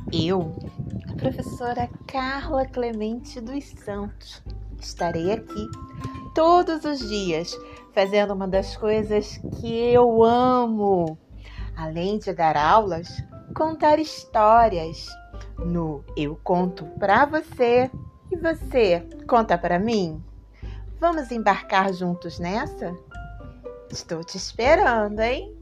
Eu, a professora Carla Clemente dos Santos, estarei aqui todos os dias fazendo uma das coisas que eu amo. Além de dar aulas, contar histórias. No Eu Conto Pra Você e você conta pra mim. Vamos embarcar juntos nessa? Estou te esperando, hein?